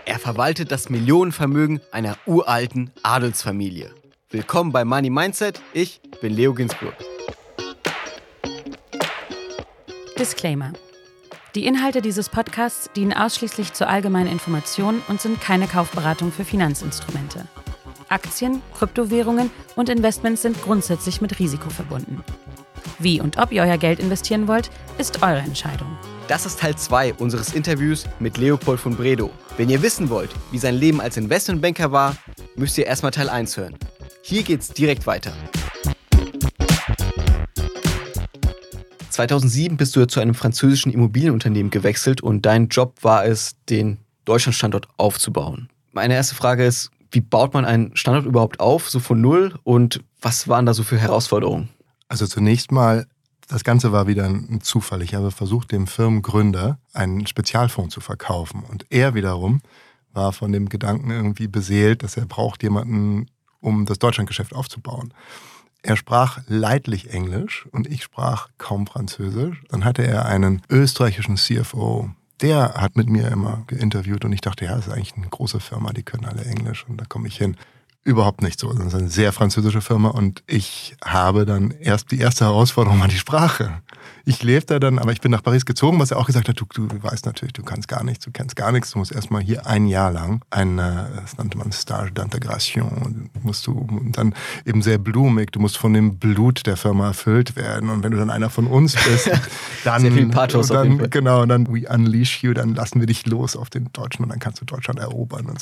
Er verwaltet das Millionenvermögen einer uralten Adelsfamilie. Willkommen bei Money Mindset, ich bin Leo Ginsburg. Disclaimer. Die Inhalte dieses Podcasts dienen ausschließlich zur allgemeinen Information und sind keine Kaufberatung für Finanzinstrumente. Aktien, Kryptowährungen und Investments sind grundsätzlich mit Risiko verbunden. Wie und ob ihr euer Geld investieren wollt, ist eure Entscheidung. Das ist Teil 2 unseres Interviews mit Leopold von Bredow. Wenn ihr wissen wollt, wie sein Leben als Investmentbanker war, müsst ihr erstmal Teil 1 hören. Hier geht's direkt weiter. 2007 bist du zu einem französischen Immobilienunternehmen gewechselt und dein Job war es, den Deutschlandstandort aufzubauen. Meine erste Frage ist, wie baut man einen Standort überhaupt auf, so von null, und was waren da so für Herausforderungen? Also zunächst mal, das Ganze war wieder ein Zufall. Ich habe versucht, dem Firmengründer einen Spezialfonds zu verkaufen. Und er wiederum war von dem Gedanken irgendwie beseelt, dass er braucht jemanden, um das Deutschlandgeschäft aufzubauen. Er sprach leidlich Englisch und ich sprach kaum Französisch. Dann hatte er einen österreichischen CFO. Der hat mit mir immer geinterviewt und ich dachte, ja, das ist eigentlich eine große Firma, die können alle Englisch und da komme ich hin. Überhaupt nicht so. Das ist eine sehr französische Firma und ich habe dann die erste Herausforderung war die Sprache. Ich lebte dann, aber ich bin nach Paris gezogen, was er auch gesagt hat, du weißt natürlich, du kannst gar nichts, du kennst gar nichts, du musst erstmal hier ein Jahr lang das nannte man Stage d'Intégration, und dann eben sehr blumig, du musst von dem Blut der Firma erfüllt werden und wenn du dann einer von uns bist, dann, sehr viel Pathos auf jeden Fall. Genau, und dann we unleash you, dann lassen wir dich los auf den Deutschen und dann kannst du Deutschland erobern und so.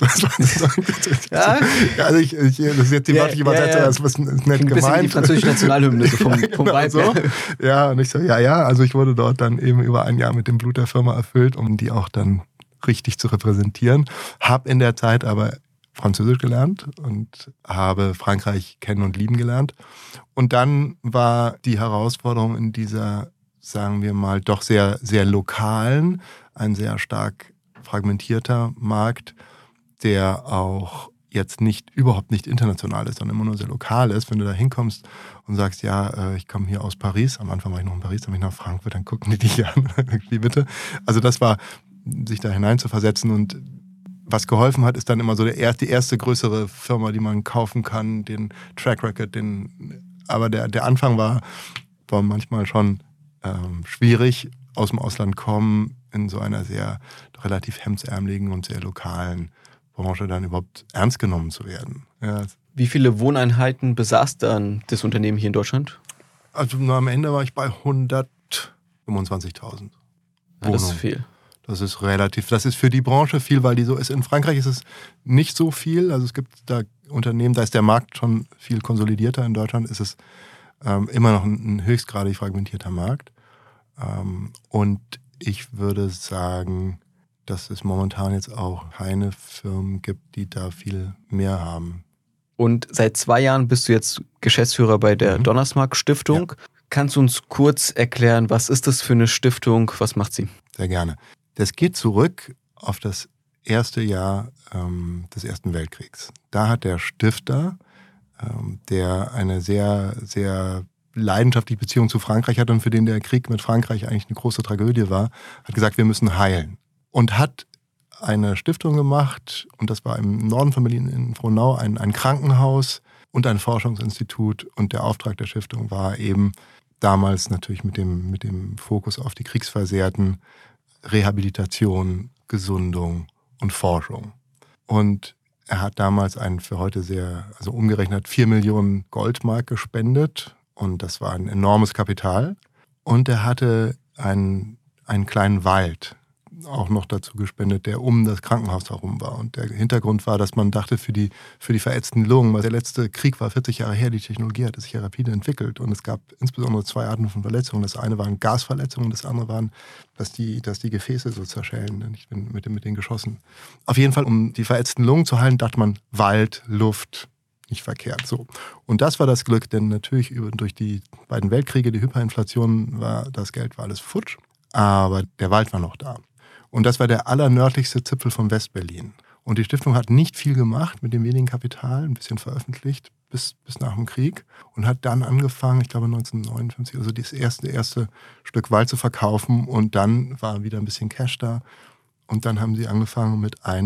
Ja, also das ist jetzt die wörtliche Übersetzung, das ist nett gemeint. Ein bisschen wie die französische Nationalhymne, so vom Vibe. So. Ja, und ich so, also ich wurde dort dann eben über ein Jahr mit dem Blut der Firma erfüllt, um die auch dann richtig zu repräsentieren. Habe in der Zeit aber Französisch gelernt und habe Frankreich kennen und lieben gelernt. Und dann war die Herausforderung in dieser, sagen wir mal, doch sehr, sehr lokalen, ein sehr stark fragmentierter Markt, der auch jetzt überhaupt nicht international ist, sondern immer nur sehr lokal ist. Wenn du da hinkommst und sagst, ich komme hier aus Paris, am Anfang war ich noch in Paris, dann bin ich nach Frankfurt, dann gucken die dich an, wie bitte. Also das war, sich da hinein zu versetzen und was geholfen hat, ist dann immer so die erste größere Firma, die man kaufen kann, den Track Record, aber der Anfang war manchmal schon schwierig, aus dem Ausland kommen, in so einer sehr relativ hemdsärmeligen und sehr lokalen Branche dann überhaupt ernst genommen zu werden. Ja. Wie viele Wohneinheiten besaß dann das Unternehmen hier in Deutschland? Also am Ende war ich bei 125.000. Ja, das ist viel. Das ist relativ, das ist für die Branche viel, weil die so ist. In Frankreich ist es nicht so viel. Also es gibt da Unternehmen, da ist der Markt schon viel konsolidierter. In Deutschland ist es immer noch ein höchstgradig fragmentierter Markt. Und ich würde sagen, dass es momentan jetzt auch keine Firmen gibt, die da viel mehr haben. Und seit 2 Jahren bist du jetzt Geschäftsführer bei der Donnersmarck Stiftung. Ja. Kannst du uns kurz erklären, was ist das für eine Stiftung, was macht sie? Sehr gerne. Das geht zurück auf das erste Jahr des Ersten Weltkriegs. Da hat der Stifter, der eine sehr, sehr leidenschaftliche Beziehung zu Frankreich hat und für den der Krieg mit Frankreich eigentlich eine große Tragödie war, hat gesagt, wir müssen heilen. Und hat eine Stiftung gemacht, und das war im Norden von Berlin in Frohnau, ein Krankenhaus und ein Forschungsinstitut. Und der Auftrag der Stiftung war eben damals natürlich mit dem Fokus auf die Kriegsversehrten, Rehabilitation, Gesundung und Forschung. Und er hat damals einen für heute umgerechnet 4 Millionen Goldmark gespendet. Und das war ein enormes Kapital. Und er hatte einen kleinen Wald auch noch dazu gespendet, der um das Krankenhaus herum war. Und der Hintergrund war, dass man dachte, für die verätzten Lungen, weil der letzte Krieg war 40 Jahre her, die Technologie hatte sich ja rapide entwickelt und es gab insbesondere 2 Arten von Verletzungen. Das eine waren Gasverletzungen, das andere waren, dass die Gefäße so zerschellen, nicht mit den Geschossen. Auf jeden Fall, um die verätzten Lungen zu heilen, dachte man Wald, Luft, nicht verkehrt. So. Und das war das Glück, denn natürlich durch die beiden Weltkriege, die Hyperinflation, das Geld war alles futsch, aber der Wald war noch da. Und das war der allernördlichste Zipfel von West-Berlin. Und die Stiftung hat nicht viel gemacht mit dem wenigen Kapital, ein bisschen veröffentlicht bis nach dem Krieg und hat dann angefangen, ich glaube 1959, also das erste Stück Wald zu verkaufen und dann war wieder ein bisschen Cash da und dann haben sie angefangen mit einem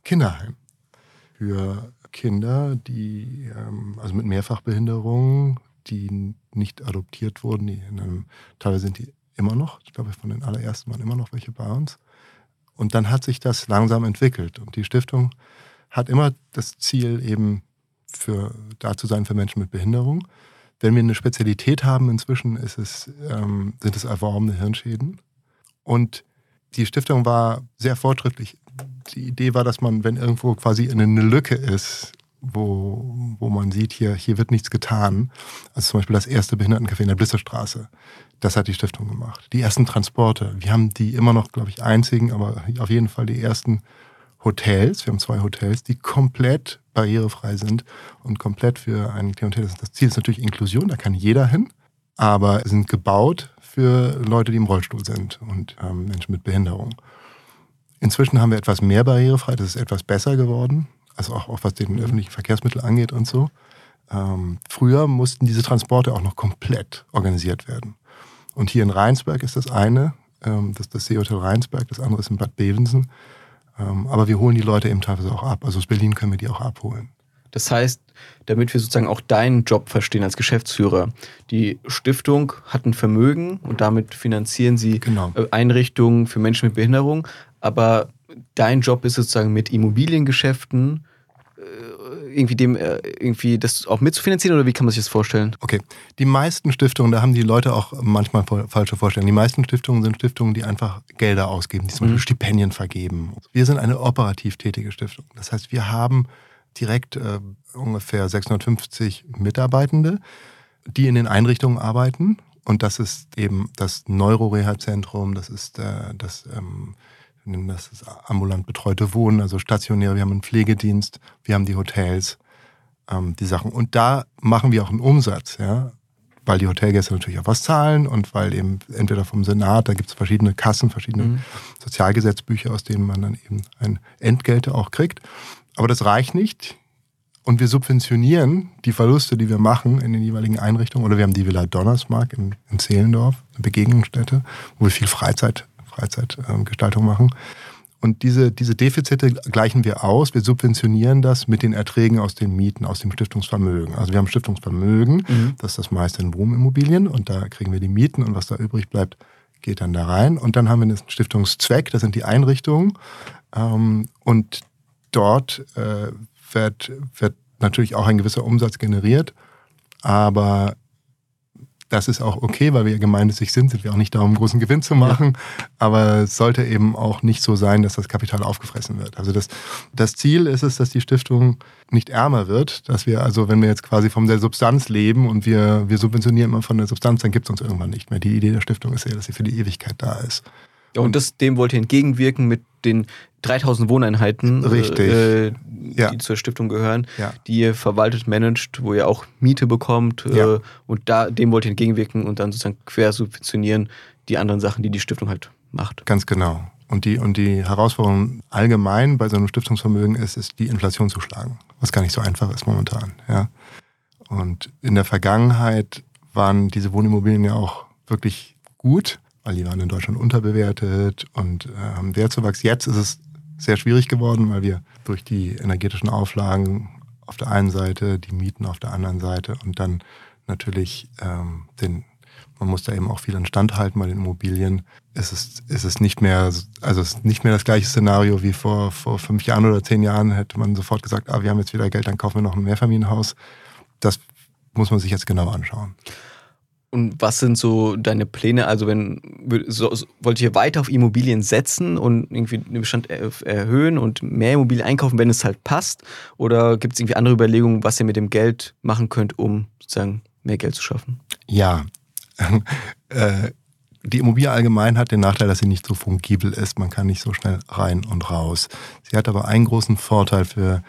Kinderheim für Kinder, die also mit Mehrfachbehinderung, die nicht adoptiert wurden. Teilweise sind die immer noch, ich glaube, von den allerersten waren immer noch welche bei uns. Und dann hat sich das langsam entwickelt. Und die Stiftung hat immer das Ziel, eben da zu sein für Menschen mit Behinderung. Wenn wir eine Spezialität haben inzwischen, sind es erworbene Hirnschäden. Und die Stiftung war sehr fortschrittlich. Die Idee war, dass man, wenn irgendwo quasi eine Lücke ist, wo man sieht, hier wird nichts getan. Also zum Beispiel das erste Behindertencafé in der Blissestraße. Das hat die Stiftung gemacht. Die ersten Transporte. Wir haben die immer noch, glaube ich, einzigen, aber auf jeden Fall die ersten Hotels. Wir haben 2 Hotels, die komplett barrierefrei sind und komplett für ein Klientel. Das Ziel ist natürlich Inklusion, da kann jeder hin. Aber sind gebaut für Leute, die im Rollstuhl sind und Menschen mit Behinderung. Inzwischen haben wir etwas mehr barrierefrei, das ist etwas besser geworden. Also auch was den öffentlichen Verkehrsmittel angeht und so. Früher mussten diese Transporte auch noch komplett organisiert werden. Und hier in Rheinsberg ist das eine, das ist das Seehotel Rheinsberg, das andere ist in Bad Bevensen. Aber wir holen die Leute eben teilweise auch ab. Also aus Berlin können wir die auch abholen. Das heißt, damit wir sozusagen auch deinen Job verstehen als Geschäftsführer, die Stiftung hat ein Vermögen und damit finanzieren sie Einrichtungen für Menschen mit Behinderung. Aber dein Job ist sozusagen mit Immobiliengeschäften irgendwie das auch mitzufinanzieren, oder wie kann man sich das vorstellen? Okay, die meisten Stiftungen, da haben die Leute auch manchmal falsche Vorstellungen. Die meisten Stiftungen sind Stiftungen, die einfach Gelder ausgeben, die zum Beispiel Stipendien vergeben. Wir sind eine operativ tätige Stiftung. Das heißt, wir haben direkt ungefähr 650 Mitarbeitende, die in den Einrichtungen arbeiten. Und das ist eben das Neuroreha-Zentrum, das ist das ambulant betreute Wohnen, also stationär. Wir haben einen Pflegedienst, wir haben die Hotels, die Sachen. Und da machen wir auch einen Umsatz, ja, weil die Hotelgäste natürlich auch was zahlen und weil eben entweder vom Senat, da gibt es verschiedene Kassen, verschiedene Sozialgesetzbücher, aus denen man dann eben Entgelte auch kriegt. Aber das reicht nicht. Und wir subventionieren die Verluste, die wir machen in den jeweiligen Einrichtungen. Oder wir haben die Villa Donnersmarck in Zehlendorf, eine Begegnungsstätte, wo wir viel Freizeitgestaltung machen. Und diese Defizite gleichen wir aus. Wir subventionieren das mit den Erträgen aus den Mieten, aus dem Stiftungsvermögen. Also wir haben Stiftungsvermögen, das ist das meiste in Wohnimmobilien. Und da kriegen wir die Mieten und was da übrig bleibt, geht dann da rein. Und dann haben wir einen Stiftungszweck, das sind die Einrichtungen. Und dort wird natürlich auch ein gewisser Umsatz generiert, aber das ist auch okay, weil wir ja gemeinnützig sind wir auch nicht da, um einen großen Gewinn zu machen, aber es sollte eben auch nicht so sein, dass das Kapital aufgefressen wird. Also das Ziel ist es, dass die Stiftung nicht ärmer wird, dass wir also, wenn wir jetzt quasi von der Substanz leben und wir subventionieren immer von der Substanz, dann gibt es uns irgendwann nicht mehr. Die Idee der Stiftung ist ja, dass sie für die Ewigkeit da ist. Ja, und dem wollt ihr entgegenwirken mit den 3000 Wohneinheiten, die zur Stiftung gehören, die ihr verwaltet, managt, wo ihr auch Miete bekommt. Und dem wollt ihr entgegenwirken und dann sozusagen quersubventionieren die anderen Sachen, die die Stiftung halt macht. Ganz genau. Und die Herausforderung allgemein bei so einem Stiftungsvermögen ist die Inflation zu schlagen, was gar nicht so einfach ist momentan. Ja. Und in der Vergangenheit waren diese Wohnimmobilien ja auch wirklich gut, weil die waren in Deutschland unterbewertet und haben Wertzuwachs. Jetzt ist es sehr schwierig geworden, weil wir durch die energetischen Auflagen auf der einen Seite, die Mieten auf der anderen Seite und dann natürlich man muss da eben auch viel instand halten bei den Immobilien, ist es nicht mehr, also es ist nicht mehr das gleiche Szenario wie vor 5 Jahren oder 10 Jahren, hätte man sofort gesagt, wir haben jetzt wieder Geld, dann kaufen wir noch ein Mehrfamilienhaus. Das muss man sich jetzt genau anschauen. Und was sind so deine Pläne? Also wollt ihr weiter auf Immobilien setzen und irgendwie den Bestand erhöhen und mehr Immobilien einkaufen, wenn es halt passt? Oder gibt es irgendwie andere Überlegungen, was ihr mit dem Geld machen könnt, um sozusagen mehr Geld zu schaffen? Ja, die Immobilie allgemein hat den Nachteil, dass sie nicht so fungibel ist. Man kann nicht so schnell rein und raus. Sie hat aber einen großen Vorteil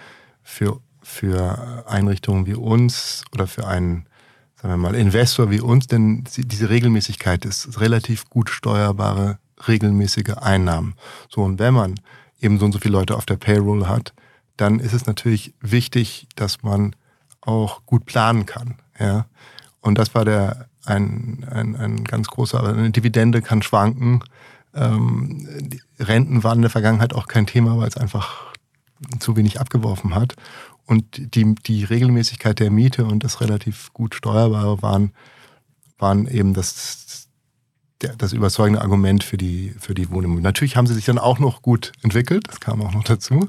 für Einrichtungen wie uns oder für einen, sagen wir mal, Investor wie uns, denn diese Regelmäßigkeit ist relativ gut steuerbare, regelmäßige Einnahmen. So, und wenn man eben so und so viele Leute auf der Payroll hat, dann ist es natürlich wichtig, dass man auch gut planen kann. Ja? Und das war ein ganz großer, eine Dividende kann schwanken. Die Renten waren in der Vergangenheit auch kein Thema, weil es einfach zu wenig abgeworfen hat. Und die Regelmäßigkeit der Miete und das relativ gut Steuerbare waren eben das überzeugende Argument für die Wohnimmobilien. Natürlich haben sie sich dann auch noch gut entwickelt, das kam auch noch dazu.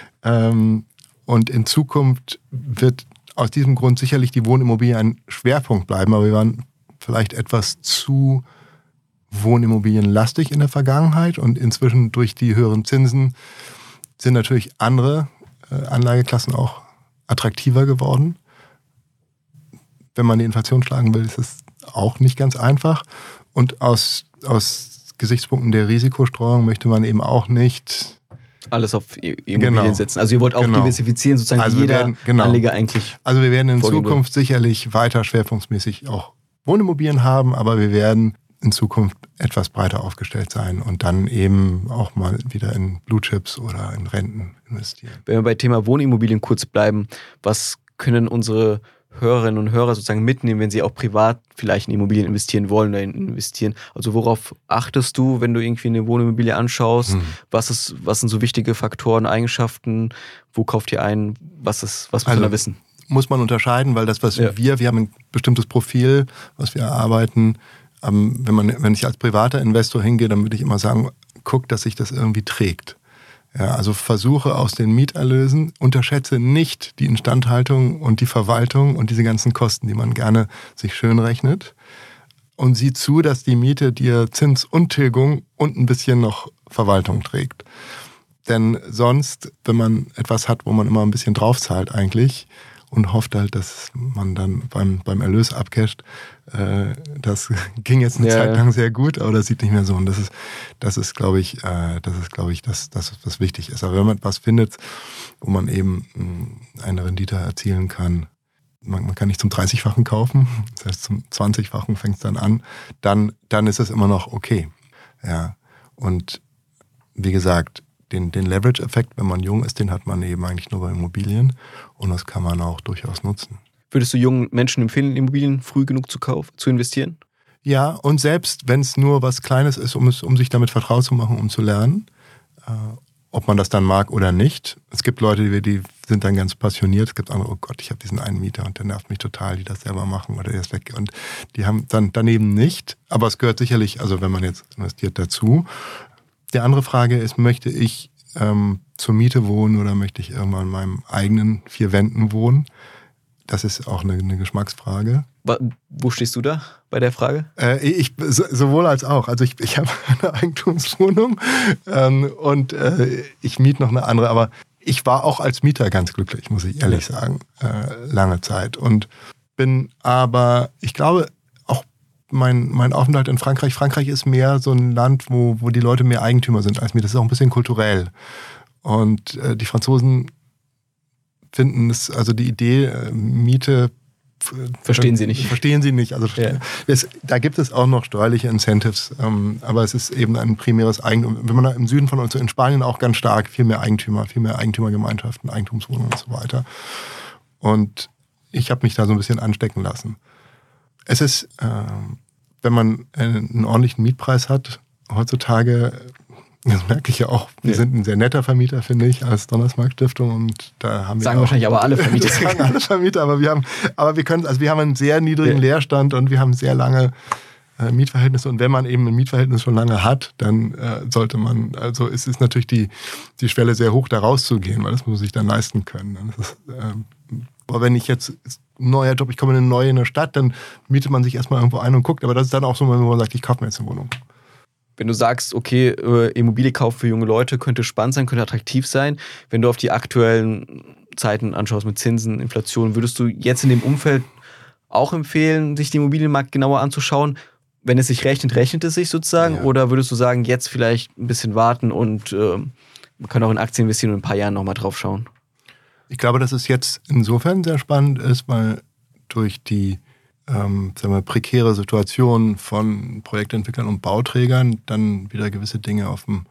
Und in Zukunft wird aus diesem Grund sicherlich die Wohnimmobilie ein Schwerpunkt bleiben, aber wir waren vielleicht etwas zu wohnimmobilienlastig in der Vergangenheit und inzwischen durch die höheren Zinsen sind natürlich andere Anlageklassen auch attraktiver geworden. Wenn man die Inflation schlagen will, ist es auch nicht ganz einfach. Und aus Gesichtspunkten der Risikostreuung möchte man eben auch nicht alles auf Immobilien setzen. Also ihr wollt auch diversifizieren, sozusagen also jeder Anleger eigentlich. Also wir werden in Zukunft sicherlich weiter schwerpunktmäßig auch Wohnimmobilien haben, aber wir werden in Zukunft etwas breiter aufgestellt sein und dann eben auch mal wieder in Blue Chips oder in Renten investieren. Wenn wir bei Thema Wohnimmobilien kurz bleiben, was können unsere Hörerinnen und Hörer sozusagen mitnehmen, wenn sie auch privat vielleicht in Immobilien investieren wollen oder investieren? Also worauf achtest du, wenn du irgendwie eine Wohnimmobilie anschaust? Was sind so wichtige Faktoren, Eigenschaften? Wo kauft ihr ein? Was muss man da wissen? Muss man unterscheiden, weil das, was wir haben ein bestimmtes Profil, was wir erarbeiten. Wenn ich als privater Investor hingehe, dann würde ich immer sagen, guck, dass sich das irgendwie trägt. Ja, also versuche aus den Mieterlösen, unterschätze nicht die Instandhaltung und die Verwaltung und diese ganzen Kosten, die man gerne sich schön rechnet. Und sieh zu, dass die Miete dir Zins und Tilgung und ein bisschen noch Verwaltung trägt. Denn sonst, wenn man etwas hat, wo man immer ein bisschen draufzahlt eigentlich und hofft halt, dass man dann beim Erlös abcasht, das ging jetzt eine Zeit lang sehr gut, aber das sieht nicht mehr so. Und das ist, glaube ich, das, was wichtig ist. Aber wenn man etwas findet, wo man eben eine Rendite erzielen kann, man kann nicht zum 30-fachen kaufen, das heißt zum 20-fachen fängt es dann an, dann ist es immer noch okay. Ja. Und wie gesagt, den Leverage-Effekt, wenn man jung ist, den hat man eben eigentlich nur bei Immobilien und das kann man auch durchaus nutzen. Würdest du jungen Menschen empfehlen, Immobilien früh genug zu investieren? Ja, und selbst wenn es nur was Kleines ist, um sich damit vertraut zu machen, um zu lernen, ob man das dann mag oder nicht. Es gibt Leute, die sind dann ganz passioniert. Es gibt andere, oh Gott, ich habe diesen einen Mieter und der nervt mich total, die das selber machen oder der ist weg. Und die haben dann daneben nicht. Aber es gehört sicherlich, also wenn man jetzt investiert, dazu. Die andere Frage ist, möchte ich zur Miete wohnen oder möchte ich irgendwann in meinen eigenen 4 Wänden wohnen? Das ist auch eine Geschmacksfrage. Wo stehst du da bei der Frage? Ich sowohl als auch. Also ich habe eine Eigentumswohnung und ich miete noch eine andere. Aber ich war auch als Mieter ganz glücklich, muss ich ehrlich sagen, lange Zeit. Und bin aber, ich glaube, auch mein Aufenthalt in Frankreich. Frankreich ist mehr so ein Land, wo die Leute mehr Eigentümer sind als mir. Das ist auch ein bisschen kulturell. Und die Franzosen finden es, also die Idee, Miete verstehen sie nicht. Verstehen sie nicht. Also da gibt es auch noch steuerliche Incentives, aber es ist eben ein primäres Eigentum. Wenn man da im Süden von uns, in Spanien auch ganz stark, viel mehr Eigentümergemeinschaften, Eigentumswohnungen und so weiter. Und ich habe mich da so ein bisschen anstecken lassen. Es ist, wenn man einen ordentlichen Mietpreis hat, heutzutage, das merke ich ja auch, wir sind ein sehr netter Vermieter, finde ich, als Donnersmarkt-Stiftung. Und da haben wir sagen wahrscheinlich aber alle Vermieter. Das sagen alle Vermieter, aber wir haben einen sehr niedrigen Leerstand und wir haben sehr lange Mietverhältnisse. Und wenn man eben ein Mietverhältnis schon lange hat, dann sollte man, also es ist natürlich die Schwelle sehr hoch, da rauszugehen, weil das muss man sich dann leisten können. Aber wenn ich jetzt ein neuer Job, ich komme in eine neue Stadt, dann mietet man sich erstmal irgendwo ein und guckt. Aber das ist dann auch so, wenn man sagt, ich kaufe mir jetzt eine Wohnung. Wenn du sagst, okay, Immobilienkauf für junge Leute könnte spannend sein, könnte attraktiv sein, wenn du auf die aktuellen Zeiten anschaust mit Zinsen, Inflation, würdest du jetzt in dem Umfeld auch empfehlen, sich den Immobilienmarkt genauer anzuschauen? Wenn es sich rechnet es sich sozusagen? Ja. Oder würdest du sagen, jetzt vielleicht ein bisschen warten und man kann auch in Aktien investieren und in ein paar Jahren nochmal drauf schauen? Ich glaube, dass es jetzt insofern sehr spannend ist, weil durch die prekäre Situation von Projektentwicklern und Bauträgern dann wieder gewisse Dinge auf dem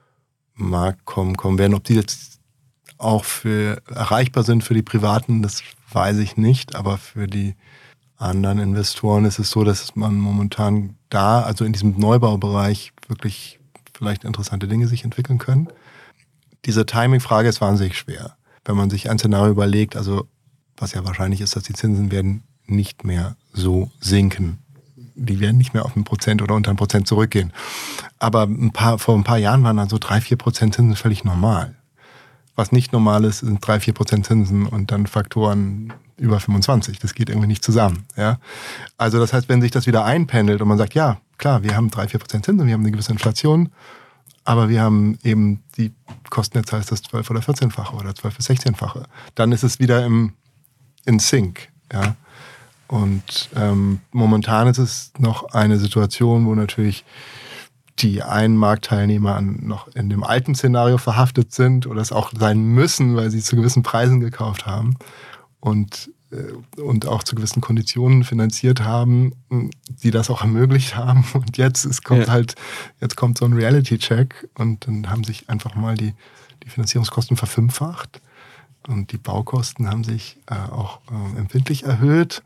Markt kommen werden. Ob die jetzt auch erreichbar sind für die Privaten, das weiß ich nicht, aber für die anderen Investoren ist es so, dass man momentan also in diesem Neubaubereich wirklich vielleicht interessante Dinge sich entwickeln können. diese Timing-Frage ist wahnsinnig schwer. Wenn man sich ein Szenario überlegt, also was ja wahrscheinlich ist, dass die Zinsen werden nicht mehr so sinken. Die werden nicht mehr auf 1% oder unter 1% zurückgehen. Aber vor ein paar Jahren waren dann so 3-4% Zinsen völlig normal. Was nicht normal ist, sind 3-4% Zinsen und dann Faktoren über 25. Das geht irgendwie nicht zusammen. Ja? Also das heißt, wenn sich das wieder einpendelt und man sagt, ja, klar, wir haben 3-4% Zinsen, wir haben eine gewisse Inflation, aber wir haben eben die Kosten jetzt heißt das 12- oder 14-fache oder 12- bis 16-fache. Dann ist es wieder in Sync. Ja? Und momentan ist es noch eine Situation, wo natürlich die einen Marktteilnehmer noch in dem alten Szenario verhaftet sind oder es auch sein müssen, weil sie zu gewissen Preisen gekauft haben und auch zu gewissen Konditionen finanziert haben, die das auch ermöglicht haben. Und jetzt kommt so ein Reality-Check und dann haben sich einfach mal die Finanzierungskosten verfünffacht und die Baukosten haben sich auch empfindlich erhöht.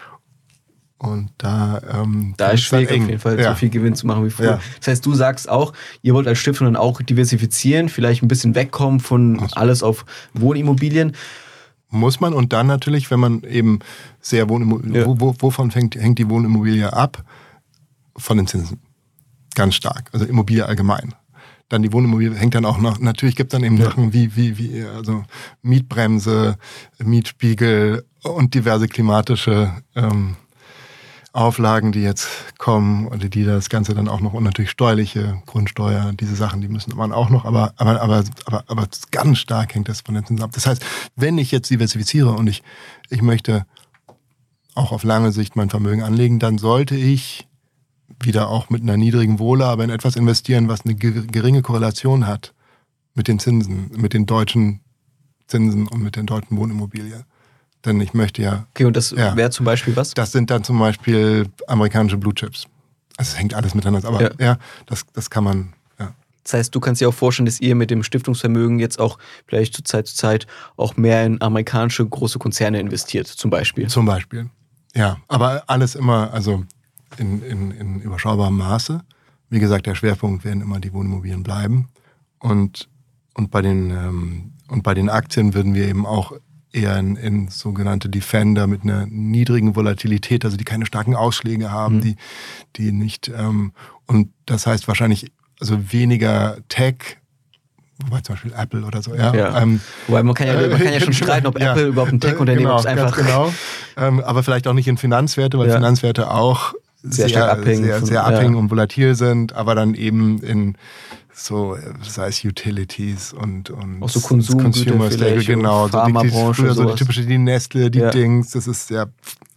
Und da ist schwierig auf jeden Fall, so viel Gewinn zu machen wie früher. Ja. Das heißt, du sagst auch, ihr wollt als Stiftung dann auch diversifizieren, vielleicht ein bisschen wegkommen von alles auf Wohnimmobilien. Muss man. Und dann natürlich, wenn man eben sehr wovon hängt die Wohnimmobilie ab? Von den Zinsen. Ganz stark. Also Immobilie allgemein. Dann die Wohnimmobilie hängt dann auch noch, natürlich gibt es dann eben Sachen wie also Mietbremse, Mietspiegel und diverse klimatische Auflagen, die jetzt kommen oder die das Ganze dann auch noch und natürlich steuerliche Grundsteuer, diese Sachen, die müssen man auch noch, aber ganz stark hängt das von den Zinsen ab. Das heißt, wenn ich jetzt diversifiziere und ich möchte auch auf lange Sicht mein Vermögen anlegen, dann sollte ich wieder auch mit einer niedrigen Wohle, aber in etwas investieren, was eine geringe Korrelation hat mit den Zinsen, mit den deutschen Zinsen und mit den deutschen Wohnimmobilien. Denn ich möchte ja... Okay, und das wäre zum Beispiel was? Das sind dann zum Beispiel amerikanische Blue Chips. Also es hängt alles miteinander. Aber das kann man... Ja. Das heißt, du kannst dir auch vorstellen, dass ihr mit dem Stiftungsvermögen jetzt auch vielleicht zu Zeit auch mehr in amerikanische große Konzerne investiert, zum Beispiel. Zum Beispiel, ja. Aber alles immer also in überschaubarem Maße. Wie gesagt, der Schwerpunkt werden immer die Wohnimmobilien bleiben. Und bei den Aktien würden wir eben auch eher in sogenannte Defender mit einer niedrigen Volatilität, also die keine starken Ausschläge haben, die nicht, und das heißt wahrscheinlich also weniger Tech, wobei zum Beispiel Apple oder so, wobei man kann ja schon streiten, ob Apple überhaupt ein Tech-Unternehmen ist, einfach. Genau. Aber vielleicht auch nicht in Finanzwerte, weil Finanzwerte auch sehr abhängig und volatil sind, aber dann eben in so, sei es Utilities und auch so Consumer Staples, genau, Pharmabranche, so die typische, die Nestle, die Dings, das ist das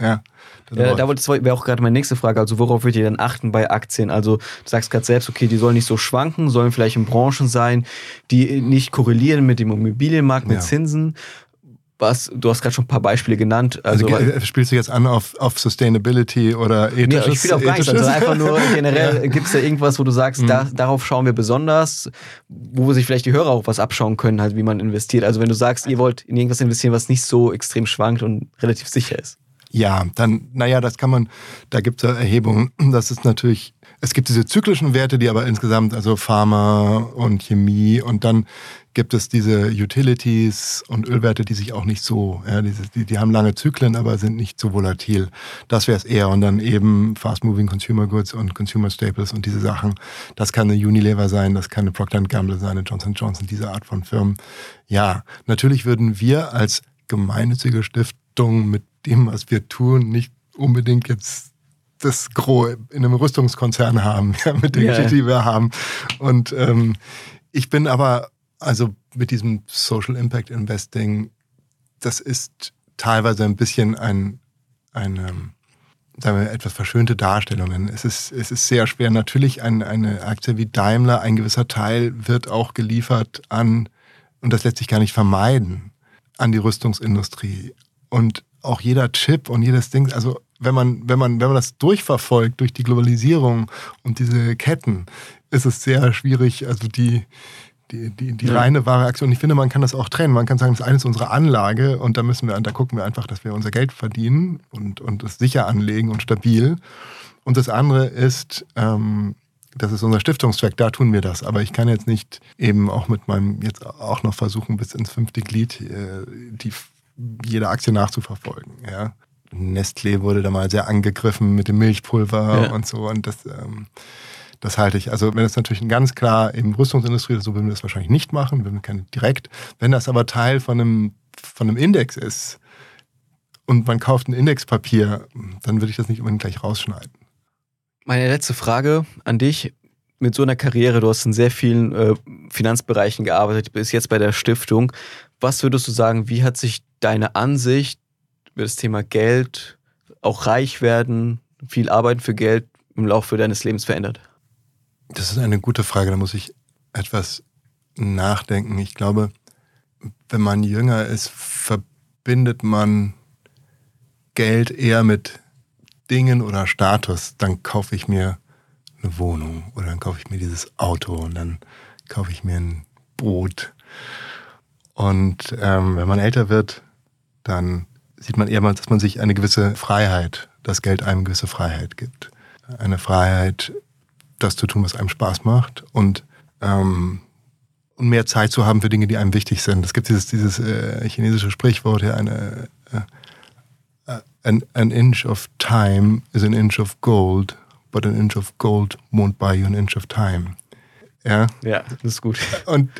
wäre auch gerade meine nächste Frage, also worauf würdet ihr denn achten bei Aktien? Also du sagst gerade selbst, okay, die sollen nicht so schwanken, sollen vielleicht in Branchen sein, die nicht korrelieren mit dem Immobilienmarkt, mit Zinsen. Du hast gerade schon ein paar Beispiele genannt. Also spielst du jetzt an auf Sustainability oder ethisches? Nee, ich spiele auf gar nichts. Also einfach nur generell, gibt es da irgendwas, wo du sagst, darauf schauen wir besonders, wo sich vielleicht die Hörer auch was abschauen können, halt, wie man investiert. Also wenn du sagst, ihr wollt in irgendwas investieren, was nicht so extrem schwankt und relativ sicher ist. Ja, dann, das kann man, da gibt es ja Erhebungen, das ist natürlich, es gibt diese zyklischen Werte, die aber insgesamt, also Pharma und Chemie und dann gibt es diese Utilities und Ölwerte, die sich auch nicht so, die haben lange Zyklen, aber sind nicht so volatil. Das wäre es eher. Und dann eben Fast-Moving Consumer Goods und Consumer Staples und diese Sachen. Das kann eine Unilever sein, das kann eine Procter & Gamble sein, eine Johnson & Johnson, diese Art von Firmen. Ja, natürlich würden wir als gemeinnützige Stiftung mit dem, was wir tun, nicht unbedingt jetzt das Gros in einem Rüstungskonzern haben, mit der Geschichte, die wir haben. Und ich bin aber, also mit diesem Social Impact Investing, das ist teilweise ein bisschen eine sagen wir, etwas verschönte Darstellungen. Es ist sehr schwer. Natürlich eine Aktie wie Daimler, ein gewisser Teil wird auch geliefert an, und das lässt sich gar nicht vermeiden, an die Rüstungsindustrie. Und auch jeder Chip und jedes Ding, also wenn man das durchverfolgt durch die Globalisierung und diese Ketten, ist es sehr schwierig, also die reine wahre Aktie. Und ich finde, man kann das auch trennen. Man kann sagen, das eine ist unsere Anlage und da gucken wir einfach, dass wir unser Geld verdienen und es sicher anlegen und stabil. Und das andere ist das ist unser Stiftungszweck, da tun wir das. Aber ich kann jetzt nicht eben auch mit meinem, jetzt auch noch versuchen, bis ins 5. Glied jede Aktie nachzuverfolgen. Ja. Nestlé wurde da mal sehr angegriffen mit dem Milchpulver und so. Und das halte ich. Also wenn es natürlich ganz klar im Rüstungsindustrie ist, so würden wir das wahrscheinlich nicht machen, wir können direkt. Wenn das aber Teil von einem Index ist und man kauft ein Indexpapier, dann würde ich das nicht unbedingt gleich rausschneiden. Meine letzte Frage an dich. Mit so einer Karriere, du hast in sehr vielen Finanzbereichen gearbeitet, bist jetzt bei der Stiftung. Was würdest du sagen, wie hat sich deine Ansicht über das Thema Geld, auch reich werden, viel arbeiten für Geld im Laufe deines Lebens verändert? Das ist eine gute Frage, da muss ich etwas nachdenken. Ich glaube, wenn man jünger ist, verbindet man Geld eher mit Dingen oder Status. Dann kaufe ich mir eine Wohnung oder dann kaufe ich mir dieses Auto und dann kaufe ich mir ein Boot. Und wenn man älter wird, dann sieht man eher mal, dass man sich eine gewisse Freiheit, das Geld einem gewisse Freiheit gibt. Eine Freiheit, das zu tun, was einem Spaß macht und mehr Zeit zu haben für Dinge, die einem wichtig sind. Es gibt dieses chinesische Sprichwort, ja, an inch of time is an inch of gold, but an inch of gold won't buy you an inch of time. Ja, das ist gut. Und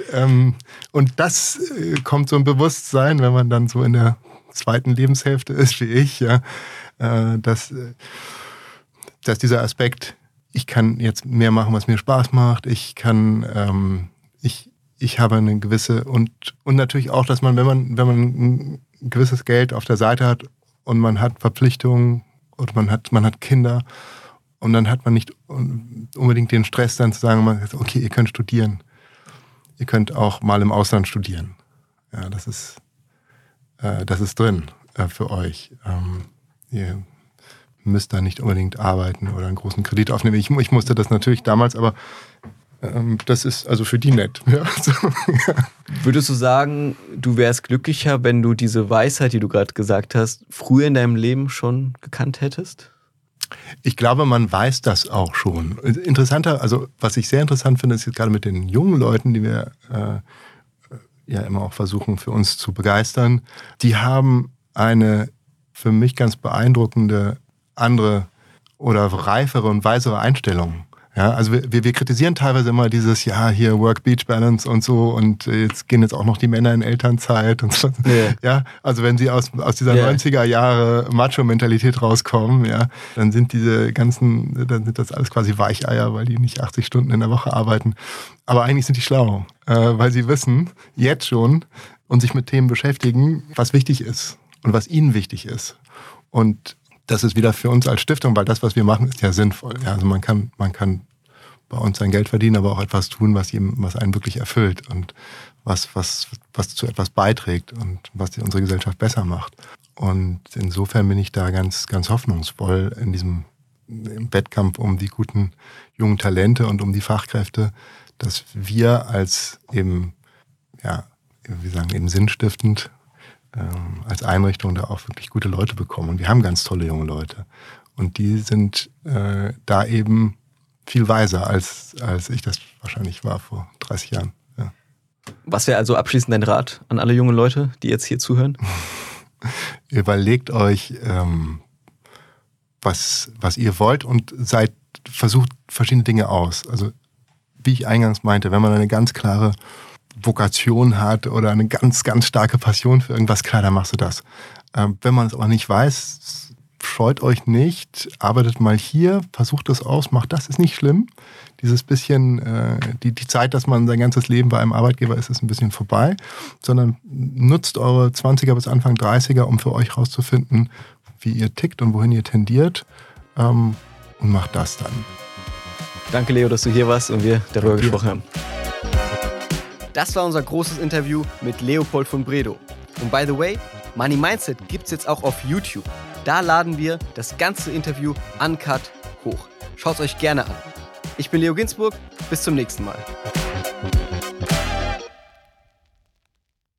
das kommt so ein Bewusstsein, wenn man dann so in der 2. Lebenshälfte ist, wie ich, ja, dass dieser Aspekt, ich kann jetzt mehr machen, was mir Spaß macht, ich kann, ich habe eine gewisse und natürlich auch, dass man, wenn man ein gewisses Geld auf der Seite hat und man hat Verpflichtungen oder man hat Kinder und dann hat man nicht unbedingt den Stress dann zu sagen, okay, ihr könnt studieren. Ihr könnt auch mal im Ausland studieren. Ja, das ist drin für euch. Ihr müsst da nicht unbedingt arbeiten oder einen großen Kredit aufnehmen. Ich musste das natürlich damals, aber das ist also für die nett. Ja, so, ja. Würdest du sagen, du wärst glücklicher, wenn du diese Weisheit, die du gerade gesagt hast, früher in deinem Leben schon gekannt hättest? Ich glaube, man weiß das auch schon. Interessanter, also was ich sehr interessant finde, ist jetzt gerade mit den jungen Leuten, die wir ja immer auch versuchen für uns zu begeistern, die haben eine für mich ganz beeindruckende andere oder reifere und weisere Einstellung. Ja, also wir kritisieren teilweise immer dieses, ja, hier Work-Beach-Balance und so und jetzt gehen auch noch die Männer in Elternzeit und so. Yeah. Ja, also wenn sie aus dieser 90er Jahre Macho-Mentalität rauskommen, ja, dann sind dann sind das alles quasi Weicheier, weil die nicht 80 Stunden in der Woche arbeiten. Aber eigentlich sind die schlau, weil sie wissen, jetzt schon, und sich mit Themen beschäftigen, was wichtig ist und was ihnen wichtig ist. Und das ist wieder für uns als Stiftung, weil das, was wir machen, ist ja sinnvoll. Ja, also man kann bei uns sein Geld verdienen, aber auch etwas tun, was einen wirklich erfüllt und was zu etwas beiträgt und was unsere Gesellschaft besser macht. Und insofern bin ich da ganz, ganz hoffnungsvoll im Wettkampf um die guten jungen Talente und um die Fachkräfte, dass wir als eben, ja, wir sagen eben sinnstiftend, als Einrichtung da auch wirklich gute Leute bekommen. Und wir haben ganz tolle junge Leute. Und die sind da eben viel weiser, als ich das wahrscheinlich war vor 30 Jahren. Ja. Was wäre also abschließend dein Rat an alle jungen Leute, die jetzt hier zuhören? Überlegt euch, was ihr wollt und versucht verschiedene Dinge aus. Also wie ich eingangs meinte, wenn man eine ganz klare Vokation hat oder eine ganz, ganz starke Passion für irgendwas, klar, dann machst du das. Wenn man es aber nicht weiß, scheut euch nicht, arbeitet mal hier, versucht es aus, macht das, ist nicht schlimm. Dieses bisschen, die Zeit, dass man sein ganzes Leben bei einem Arbeitgeber ist ein bisschen vorbei, sondern nutzt eure 20er bis Anfang 30er, um für euch rauszufinden, wie ihr tickt und wohin ihr tendiert, und macht das dann. Danke, Leo, dass du hier warst und wir darüber gesprochen haben. Das war unser großes Interview mit Leopold von Bredow. Und by the way, Money Mindset gibt's jetzt auch auf YouTube. Da laden wir das ganze Interview uncut hoch. Schaut's euch gerne an. Ich bin Leo Ginsburg, bis zum nächsten Mal.